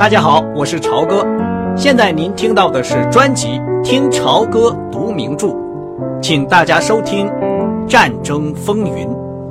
大家好，我是朝哥。现在您听到的是专辑《听朝歌读名著》，请大家收听《战争风云》。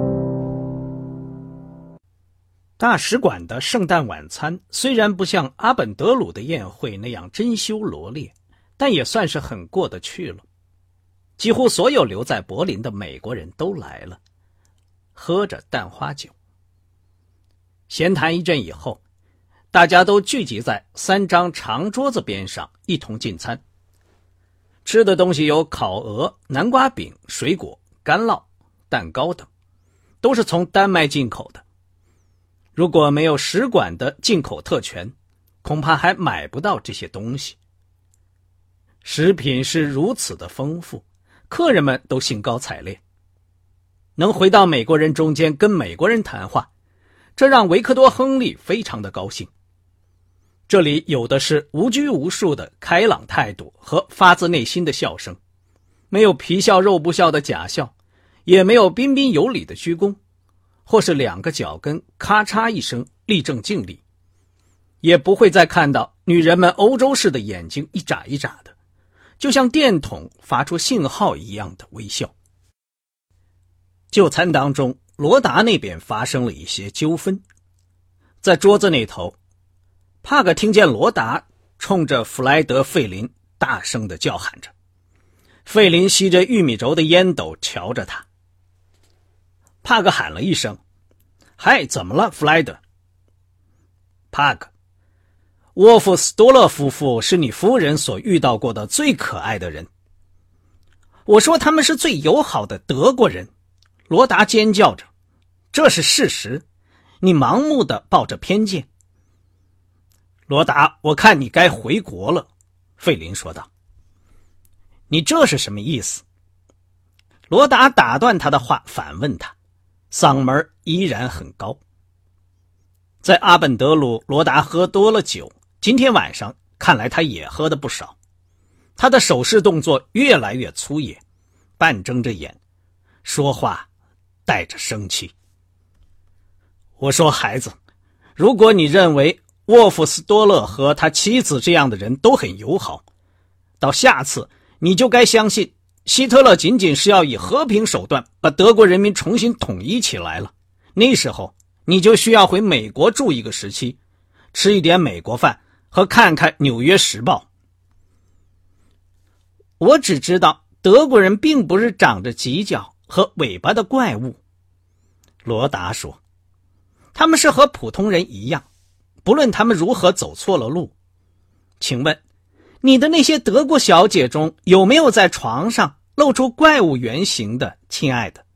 大使馆的圣诞晚餐虽然不像阿本德鲁的宴会那样珍馐罗列，但也算是很过得去了。几乎所有留在柏林的美国人都来了，喝着淡花酒。闲谈一阵以后，大家都聚集在3张长桌子边上一同进餐。吃的东西有烤鹅、南瓜饼、水果、干酪、蛋糕等，都是从丹麦进口的。如果没有使馆的进口特权，恐怕还买不到这些东西。食品是如此的丰富，客人们都兴高采烈。能回到美国人中间跟美国人谈话，这让维克多·亨利非常的高兴。这里有的是无拘无束的开朗态度和发自内心的笑声，没有皮笑肉不笑的假笑，也没有彬彬有礼的鞠躬，或是2个脚跟咔嚓一声立正敬礼，也不会再看到女人们欧洲式的眼睛一眨一眨的，就像电筒发出信号一样的微笑。就餐当中，罗达那边发生了一些纠纷。在桌子那头，帕克听见罗达冲着弗莱德·费林大声地叫喊着。费林吸着玉米轴的烟斗瞧着他。帕克喊了一声：“嗨，怎么了，弗莱德？”帕克：“沃夫斯多勒夫妇是你夫人所遇到过的最可爱的人。”我说他们是最友好的德国人。罗达尖叫着：“这是事实，你盲目地抱着偏见。”罗达，我看你该回国了，费林说道。你这是什么意思？罗达打断他的话，反问他，嗓门依然很高。在阿本德鲁，罗达喝多了酒，今天晚上看来他也喝得不少。他的手势动作越来越粗野，半睁着眼，说话带着生气。我说孩子，如果你认为沃夫斯多勒和他妻子这样的人都很友好，到下次你就该相信希特勒仅仅是要以和平手段把德国人民重新统一起来了。那时候你就需要回美国住一个时期，吃一点美国饭和看看《纽约时报》。我只知道德国人并不是长着犄角和尾巴的怪物，罗达说，他们是和普通人一样，不论他们如何走错了路。请问你的那些德国小姐中有没有在床上露出怪物原形的，亲爱的？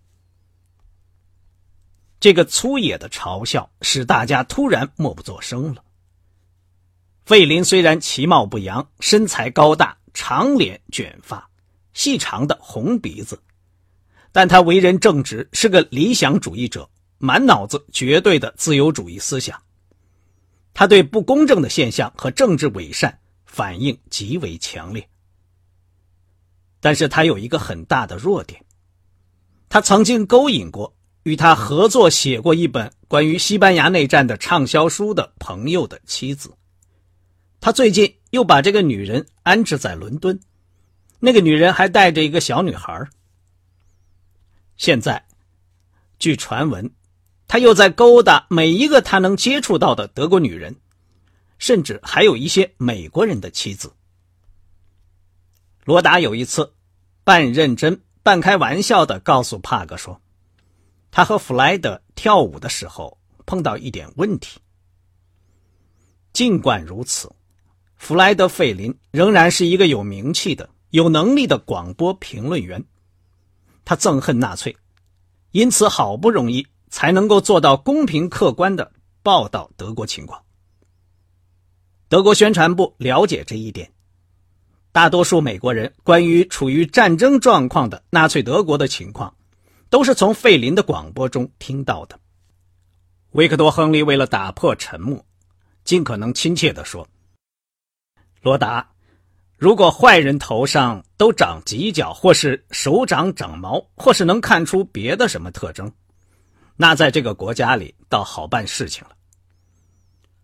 这个粗野的嘲笑使大家突然默不作声了。费林虽然其貌不扬，身材高大，长脸卷发，细长的红鼻子，但他为人正直，是个理想主义者，满脑子绝对的自由主义思想。他对不公正的现象和政治伪善反应极为强烈。但是他有一个很大的弱点，他曾经勾引过与他合作写过一本关于西班牙内战的畅销书的朋友的妻子。他最近又把这个女人安置在伦敦，那个女人还带着一个小女孩。现在据传闻，他又在勾搭每一个他能接触到的德国女人，甚至还有一些美国人的妻子。罗达有一次半认真半开玩笑地告诉帕克说，他和弗莱德跳舞的时候碰到一点问题。尽管如此，弗莱德·费林仍然是一个有名气的、有能力的广播评论员。他憎恨纳粹，因此好不容易才能够做到公平客观地报道德国情况。德国宣传部了解这一点，大多数美国人关于处于战争状况的纳粹德国的情况，都是从费林的广播中听到的。维克多·亨利为了打破沉默，尽可能亲切地说，罗达，如果坏人头上都长犄角，或是手掌长毛，或是能看出别的什么特征，那在这个国家里倒好办事情了。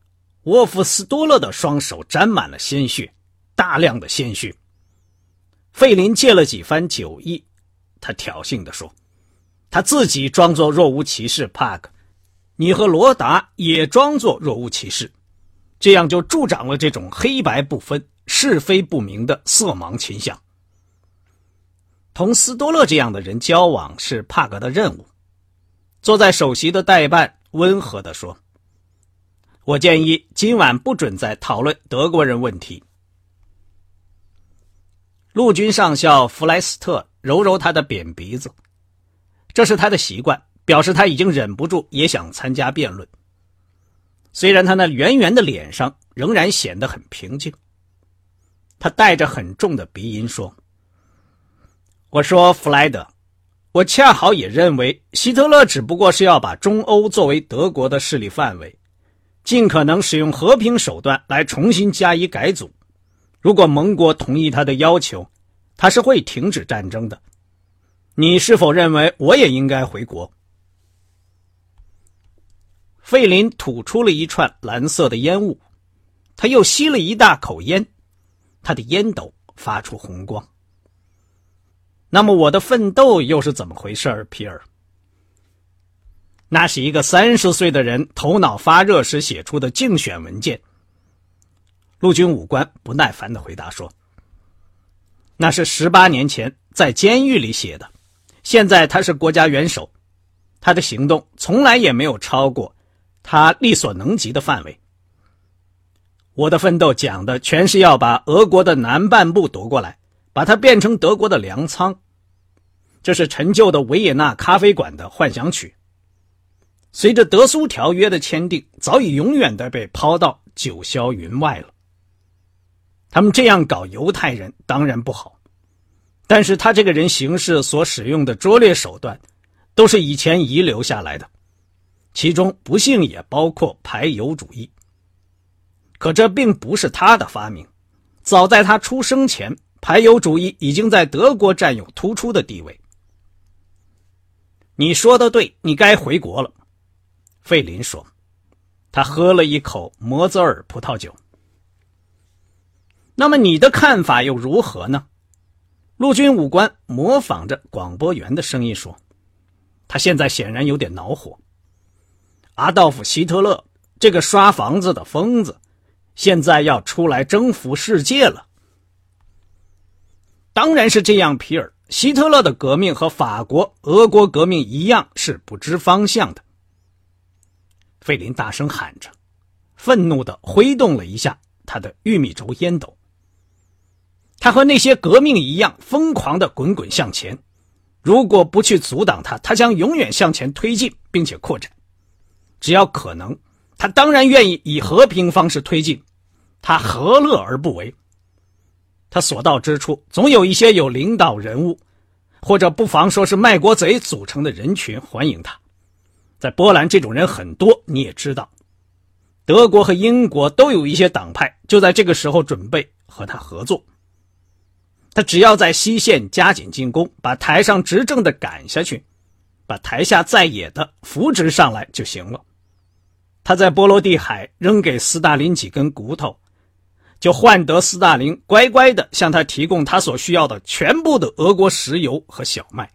沃夫斯多勒的双手沾满了鲜血，大量的鲜血。费林借了几番酒意，他挑衅地说，他自己装作若无其事，帕克，你和罗达也装作若无其事，这样就助长了这种黑白不分、是非不明的色盲倾向。同斯多勒这样的人交往是帕格的任务。坐在首席的代办温和地说，我建议今晚不准再讨论德国人问题。陆军上校弗莱斯特揉揉他的扁鼻子，这是他的习惯，表示他已经忍不住也想参加辩论。虽然他那圆圆的脸上仍然显得很平静。他带着很重的鼻音说，我说弗莱德，我恰好也认为希特勒只不过是要把中欧作为德国的势力范围，尽可能使用和平手段来重新加以改组。如果盟国同意他的要求，他是会停止战争的。你是否认为我也应该回国？费林吐出了一串蓝色的烟雾，他又吸了一大口烟，他的烟斗发出红光。那么我的奋斗又是怎么回事，皮尔？那是一个30岁的人头脑发热时写出的竞选文件。陆军武官不耐烦地回答说，那是18年前在监狱里写的，现在他是国家元首，他的行动从来也没有超过他力所能及的范围。我的奋斗讲的全是要把俄国的南半部夺过来，把它变成德国的粮仓。这是陈旧的维也纳咖啡馆的幻想曲，随着德苏条约的签订，早已永远地被抛到九霄云外了。他们这样搞犹太人当然不好，但是他这个人行事所使用的拙劣手段都是以前遗留下来的，其中不幸也包括排犹主义。可这并不是他的发明，早在他出生前，排犹主义已经在德国占有突出的地位。你说的对，你该回国了，费林说。他喝了一口摩泽尔葡萄酒。那么你的看法又如何呢？陆军武官模仿着广播员的声音说。他现在显然有点恼火。阿道夫·希特勒这个刷房子的疯子，现在要出来征服世界了。当然是这样，皮尔。希特勒的革命和法国、俄国革命一样是不知方向的。费林大声喊着，愤怒地挥动了一下他的玉米轴烟斗。他和那些革命一样疯狂地滚滚向前，如果不去阻挡他，他将永远向前推进并且扩展。只要可能，他当然愿意以和平方式推进，他何乐而不为？他所到之处，总有一些有领导人物，或者不妨说是卖国贼组成的人群欢迎他。在波兰这种人很多，你也知道。德国和英国都有一些党派，就在这个时候准备和他合作。他只要在西线加紧进攻，把台上执政的赶下去，把台下在野的扶植上来就行了。他在波罗的海扔给斯大林几根骨头，就换得斯大林乖乖地向他提供他所需要的全部的俄国石油和小麦。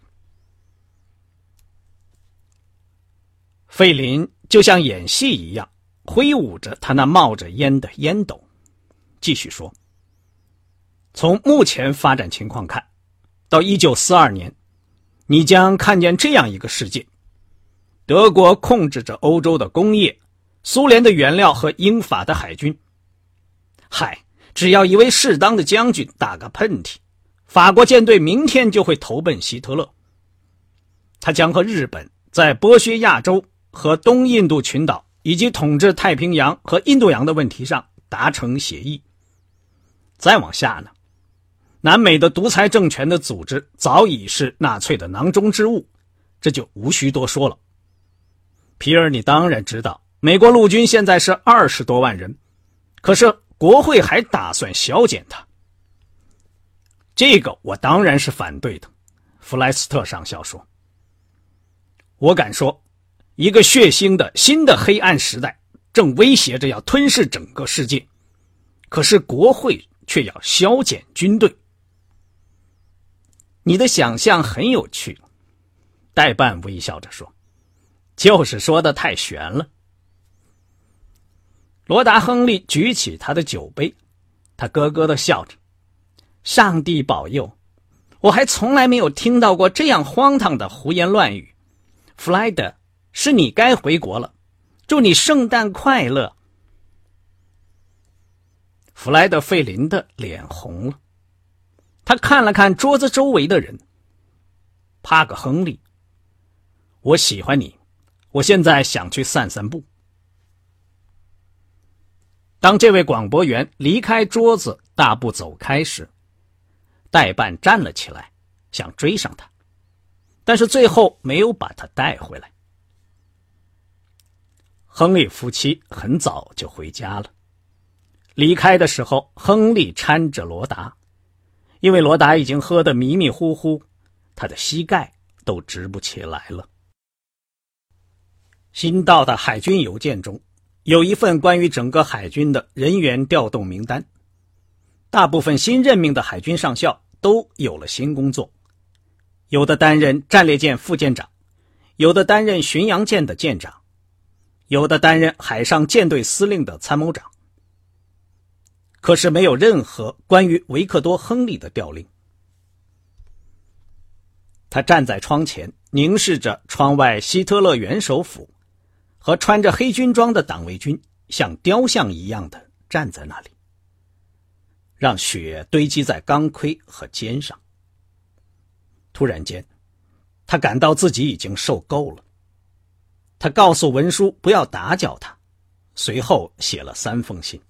费林就像演戏一样挥舞着他那冒着烟的烟斗，继续说，从目前发展情况看，到1942年，你将看见这样一个世界：德国控制着欧洲的工业，苏联的原料和英法的海军。嗨，只要一位适当的将军打个喷嚏，法国舰队明天就会投奔希特勒。他将和日本在剥削亚洲和东印度群岛以及统治太平洋和印度洋的问题上达成协议。再往下呢，南美的独裁政权的组织早已是纳粹的囊中之物，这就无需多说了。皮尔，你当然知道，美国陆军现在是20多万人，可是国会还打算削减它。这个我当然是反对的，弗莱斯特上校说。我敢说，一个血腥的新的黑暗时代正威胁着要吞噬整个世界，可是国会却要削减军队。你的想象很有趣，代办微笑着说，就是说得太悬了。罗达·亨利举起他的酒杯，他咯咯地笑着，上帝保佑，我还从来没有听到过这样荒唐的胡言乱语。弗莱德，是你该回国了，祝你圣诞快乐。弗莱德·费林的脸红了，他看了看桌子周围的人。帕克·亨利，我喜欢你，我现在想去散散步。当这位广播员离开桌子大步走开时，代办站了起来，想追上他，但是最后没有把他带回来。亨利夫妻很早就回家了。离开的时候，亨利搀着罗达，因为罗达已经喝得迷迷糊糊，他的膝盖都直不起来了。新到的海军邮件中有一份关于整个海军的人员调动名单，大部分新任命的海军上校都有了新工作，有的担任战列舰副舰长，有的担任巡洋舰的舰长，有的担任海上舰队司令的参谋长。可是没有任何关于维克多·亨利的调令。他站在窗前，凝视着窗外希特勒元首府和穿着黑军装的党卫军像雕像一样的站在那里，让血堆积在钢盔和肩上。突然间，他感到自己已经受够了。他告诉文书不要打搅他，随后写了3封信。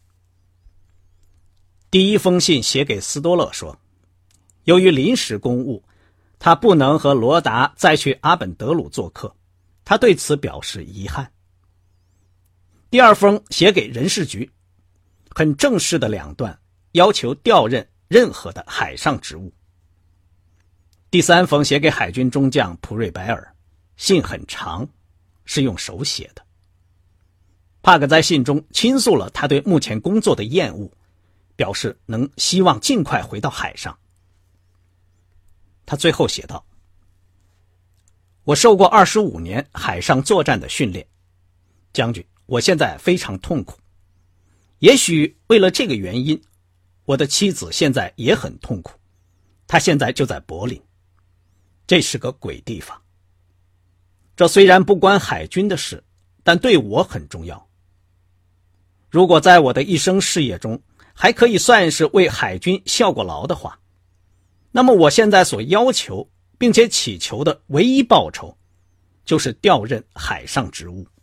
第一封信写给斯多勒说，由于临时公务，他不能和罗达再去阿本德鲁做客，他对此表示遗憾。第二封写给人事局，很正式的2段，要求调任任何的海上职务。第3封写给海军中将普瑞白尔，信很长，是用手写的。帕克在信中倾诉了他对目前工作的厌恶，表示能希望尽快回到海上。他最后写道，我受过25年海上作战的训练，将军，我现在非常痛苦。也许为了这个原因，我的妻子现在也很痛苦，她现在就在柏林。这是个鬼地方。这虽然不关海军的事，但对我很重要。如果在我的一生事业中还可以算是为海军效过劳的话，那么我现在所要求并且祈求的唯一报酬，就是调任海上职务。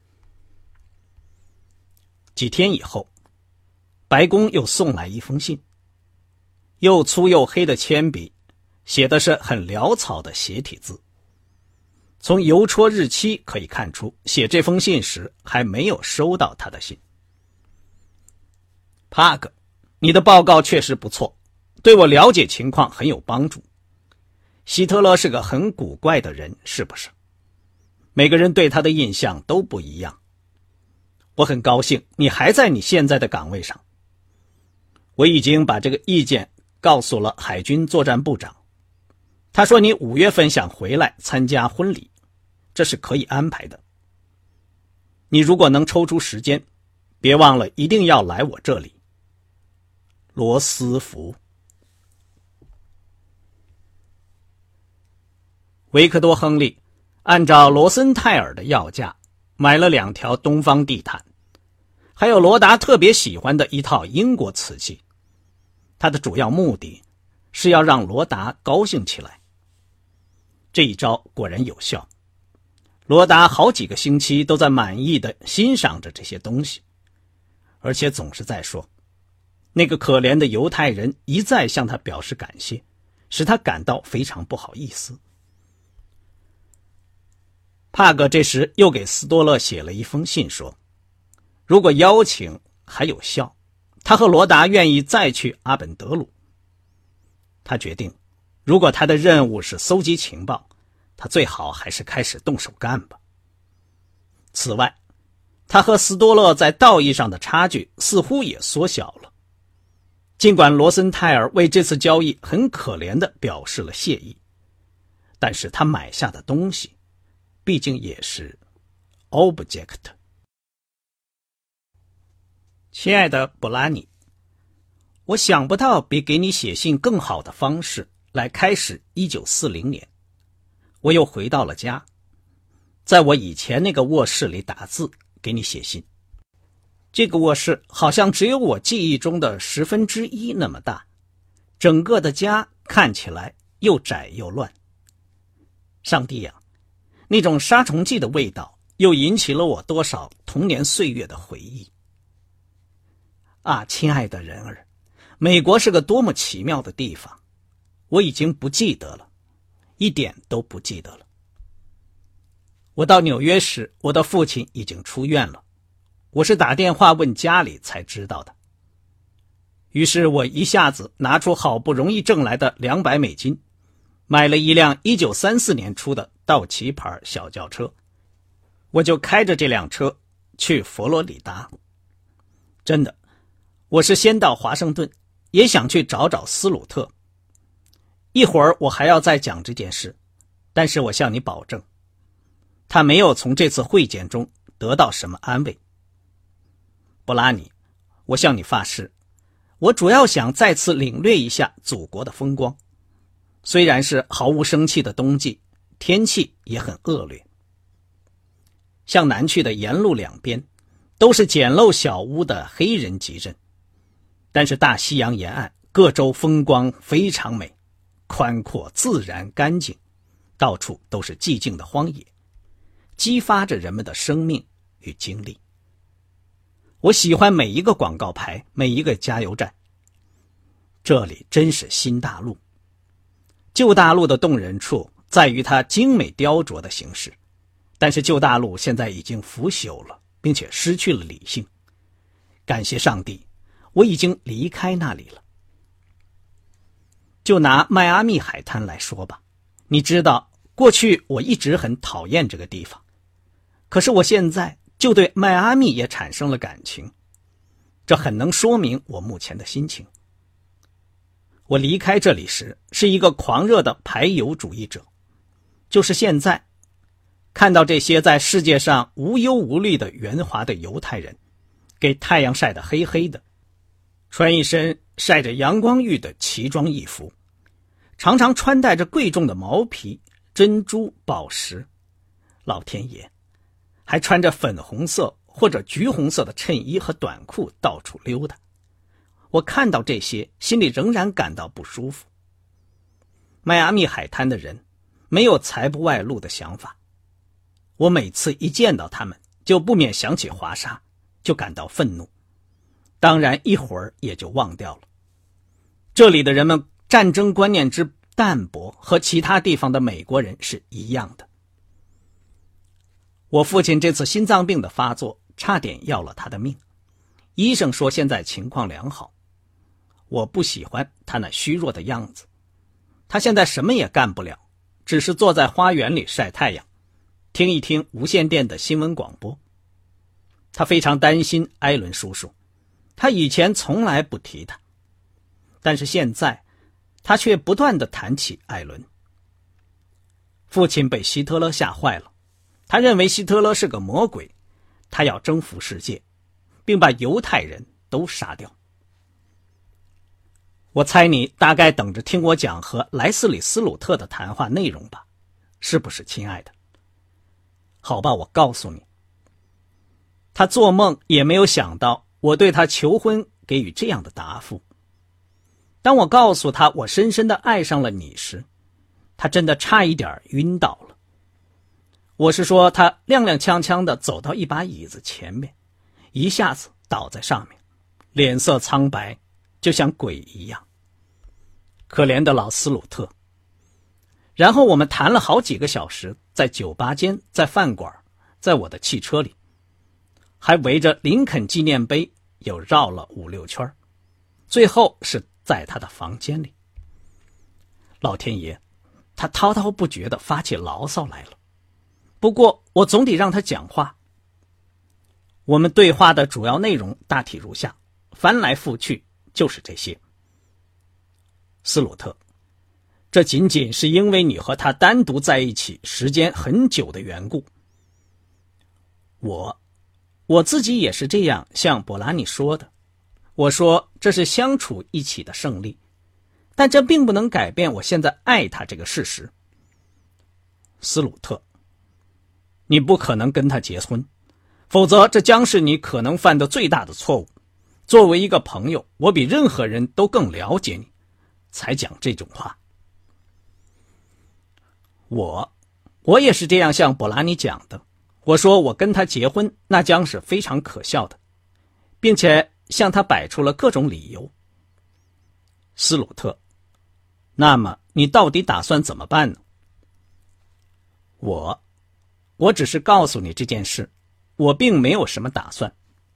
几天以后，白宫又送来一封信，又粗又黑的铅笔，写的是很潦草的斜体字。从邮戳日期可以看出，写这封信时还没有收到他的信。帕克，你的报告确实不错，对我了解情况很有帮助。希特勒是个很古怪的人，是不是？每个人对他的印象都不一样。我很高兴你还在你现在的岗位上。我已经把这个意见告诉了海军作战部长，他说你5月份想回来参加婚礼，这是可以安排的。你如果能抽出时间，别忘了一定要来我这里。罗斯福。维克多·亨利按照罗森泰尔的要价买了2条东方地毯，还有罗达特别喜欢的一套英国瓷器。他的主要目的是要让罗达高兴起来。这一招果然有效，罗达好几个星期都在满意地欣赏着这些东西，而且总是在说，那个可怜的犹太人一再向他表示感谢，使他感到非常不好意思。帕格这时又给斯多勒写了一封信说，如果邀请还有效，他和罗达愿意再去阿本德鲁。他决定，如果他的任务是搜集情报，他最好还是开始动手干吧。此外， 他和斯多勒在道义上的差距似乎也缩小了。尽管罗森泰尔为这次交易很可怜地表示了谢意，但是他买下的东西毕竟也是 object。 亲爱的布拉尼，我想不到比给你写信更好的方式来开始1940年。我又回到了家，在我以前那个卧室里打字给你写信。这个卧室好像只有我记忆中的1/10那么大，整个的家看起来又窄又乱。上帝呀，那种杀虫剂的味道又引起了我多少童年岁月的回忆。啊，亲爱的人儿，美国是个多么奇妙的地方，我已经不记得了，一点都不记得了。我到纽约时，我的父亲已经出院了，我是打电话问家里才知道的。于是我一下子拿出好不容易挣来的$200，买了一辆1934年出的道奇牌小轿车，我就开着这辆车去佛罗里达。真的，我是先到华盛顿，也想去找找斯鲁特。一会儿我还要再讲这件事，但是我向你保证，他没有从这次会见中得到什么安慰。布拉尼，我向你发誓，我主要想再次领略一下祖国的风光。虽然是毫无生气的冬季，天气也很恶劣。向南去的沿路两边都是简陋小屋的黑人集镇，但是大西洋沿岸各州风光非常美，宽阔自然干净，到处都是寂静的荒野，激发着人们的生命与精力。我喜欢每一个广告牌，每一个加油站。这里真是新大陆。旧大陆的动人处在于它精美雕琢的形式，但是旧大陆现在已经腐朽了，并且失去了理性。感谢上帝，我已经离开那里了。就拿迈阿密海滩来说吧，你知道，过去我一直很讨厌这个地方，可是我现在就对迈阿密也产生了感情，这很能说明我目前的心情。我离开这里时是一个狂热的排犹主义者，就是现在看到这些在世界上无忧无虑的圆滑的犹太人，给太阳晒得黑黑的，穿一身晒着阳光浴的奇装异服，常常穿戴着贵重的毛皮、珍珠、宝石，老天爷，还穿着粉红色或者橘红色的衬衣和短裤到处溜达。我看到这些，心里仍然感到不舒服。迈阿密海滩的人没有财不外露的想法，我每次一见到他们，就不免想起华沙，就感到愤怒。当然一会儿也就忘掉了。这里的人们战争观念之淡薄，和其他地方的美国人是一样的。我父亲这次心脏病的发作，差点要了他的命。医生说现在情况良好。我不喜欢他那虚弱的样子，他现在什么也干不了，只是坐在花园里晒太阳，听一听无线电的新闻广播。他非常担心艾伦叔叔，他以前从来不提他，但是现在他却不断地谈起艾伦。父亲被希特勒吓坏了，他认为希特勒是个魔鬼，他要征服世界，并把犹太人都杀掉。我猜你大概等着听我讲和莱斯里·斯鲁特的谈话内容吧，是不是，亲爱的？好吧，我告诉你，他做梦也没有想到我对他求婚给予这样的答复。当我告诉他我深深地爱上了你时，他真的差一点晕倒了。我是说，他踉踉跄跄地走到一把椅子前面，一下子倒在上面，脸色苍白，就像鬼一样。可怜的老斯鲁特。然后我们谈了好几个小时，在酒吧间，在饭馆，在我的汽车里，还围着林肯纪念碑又绕了5-6圈，最后是在他的房间里。老天爷，他滔滔不绝地发起牢骚来了。不过我总得让他讲话。 我们对话的主要内容大体如下，翻来覆去就是这些。斯鲁特，这仅仅是因为你和他单独在一起时间很久的缘故。我自己也是这样向博拉尼说的，我说这是相处一起的胜利，但这并不能改变我现在爱他这个事实。斯鲁特，你不可能跟他结婚，否则这将是你可能犯的最大的错误。作为一个朋友，我比任何人都更了解你，才讲这种话。我也是这样向博拉尼讲的，我说我跟他结婚那将是非常可笑的，并且向他摆出了各种理由。斯鲁特，那么你到底打算怎么办呢？我只是告诉你这件事，我并没有什么打算。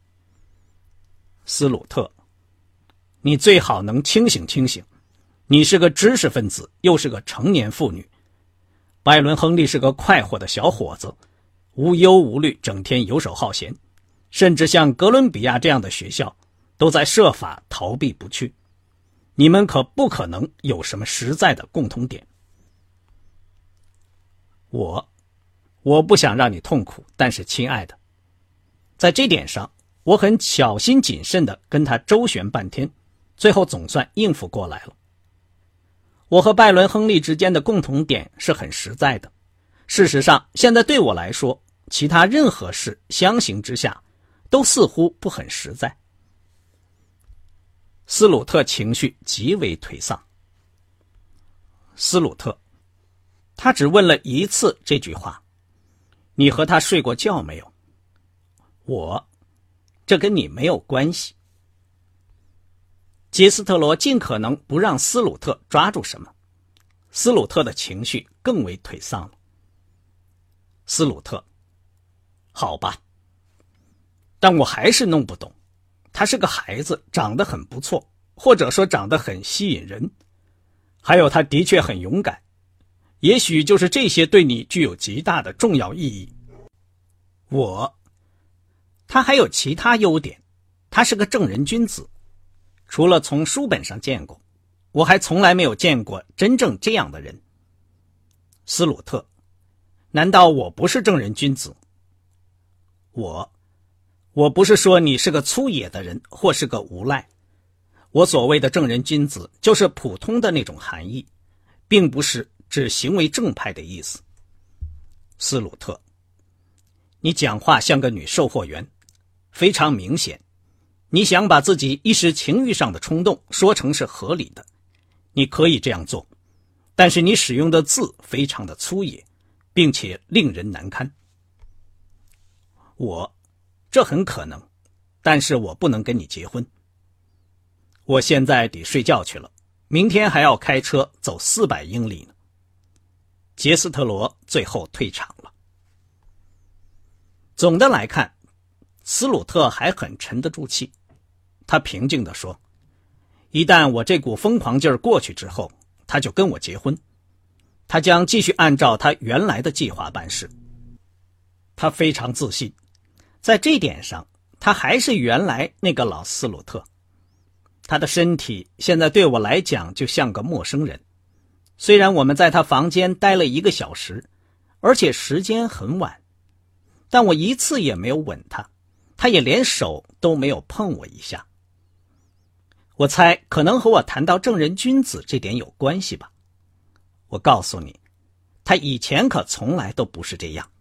斯鲁特，你最好能清醒清醒，你是个知识分子，又是个成年妇女。拜伦·亨利是个快活的小伙子，无忧无虑，整天游手好闲，甚至像哥伦比亚这样的学校都在设法逃避不去。你们可不可能有什么实在的共同点。我不想让你痛苦，但是亲爱的，在这点上我很小心谨慎地跟他周旋半天，最后总算应付过来了。我和拜伦·亨利之间的共同点是很实在的，事实上现在对我来说，其他任何事相形之下都似乎不很实在。斯鲁特情绪极为颓丧。斯鲁特，他只问了一次这句话，你和他睡过觉没有？这跟你没有关系。杰斯特罗尽可能不让斯鲁特抓住什么，斯鲁特的情绪更为颓丧了。斯鲁特，好吧，但我还是弄不懂，他是个孩子，长得很不错，或者说长得很吸引人，还有他的确很勇敢，也许就是这些对你具有极大的重要意义。他还有其他优点，他是个正人君子，除了从书本上见过，我还从来没有见过真正这样的人。斯鲁特，难道我不是正人君子？我不是说你是个粗野的人或是个无赖，我所谓的正人君子就是普通的那种含义，并不是指行为正派的意思。斯鲁特，你讲话像个女售货员，非常明显，你想把自己一时情欲上的冲动说成是合理的，你可以这样做，但是你使用的字非常的粗野，并且令人难堪。这很可能，但是我不能跟你结婚。我现在得睡觉去了，明天还要开车走400英里呢。杰斯特罗最后退场了。总的来看，斯鲁特还很沉得住气，他平静地说，一旦我这股疯狂劲儿过去之后，他就跟我结婚，他将继续按照他原来的计划办事。他非常自信，在这点上他还是原来那个老斯鲁特。他的身体现在对我来讲就像个陌生人，虽然我们在他房间待了1个小时，而且时间很晚，但我一次也没有吻他，他也连手都没有碰我一下。我猜可能和我谈到正人君子这点有关系吧。我告诉你，他以前可从来都不是这样。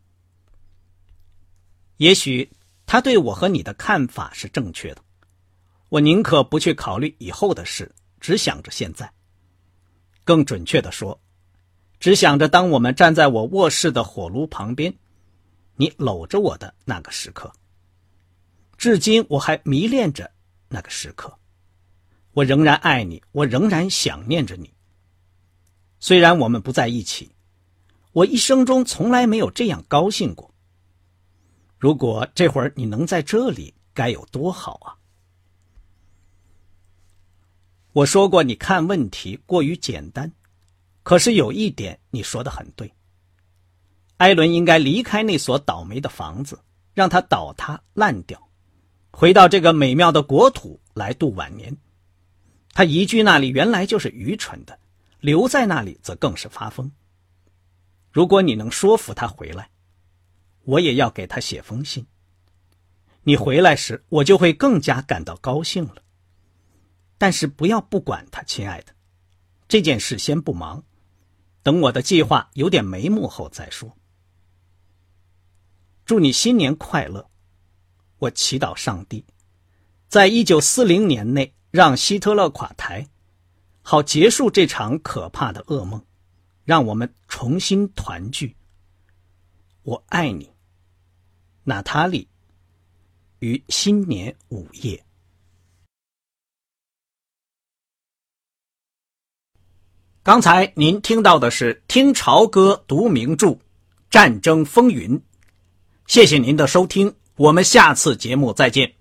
也许他对我和你的看法是正确的，我宁可不去考虑以后的事，只想着现在。更准确地说，只想着当我们站在我卧室的火炉旁边，你搂着我的那个时刻。至今我还迷恋着那个时刻，我仍然爱你，我仍然想念着你。虽然我们不在一起，我一生中从来没有这样高兴过。如果这会儿你能在这里，该有多好啊！我说过你看问题过于简单，可是有一点你说得很对。艾伦应该离开那所倒霉的房子， 让它倒塌烂掉，回到这个美妙的国土来度晚年。他移居那里原来就是愚蠢的，留在那里则更是发疯。如果你能说服他回来，我也要给他写封信。你回来时，我就会更加感到高兴了。但是不要不管他，亲爱的，这件事先不忙，等我的计划有点眉目后再说。祝你新年快乐。我祈祷上帝，在1940年内让希特勒垮台，好结束这场可怕的噩梦，让我们重新团聚。我爱你，娜塔莉，于新年午夜。刚才您听到的是听潮歌读名著《战争风云》，谢谢您的收听，我们下次节目再见。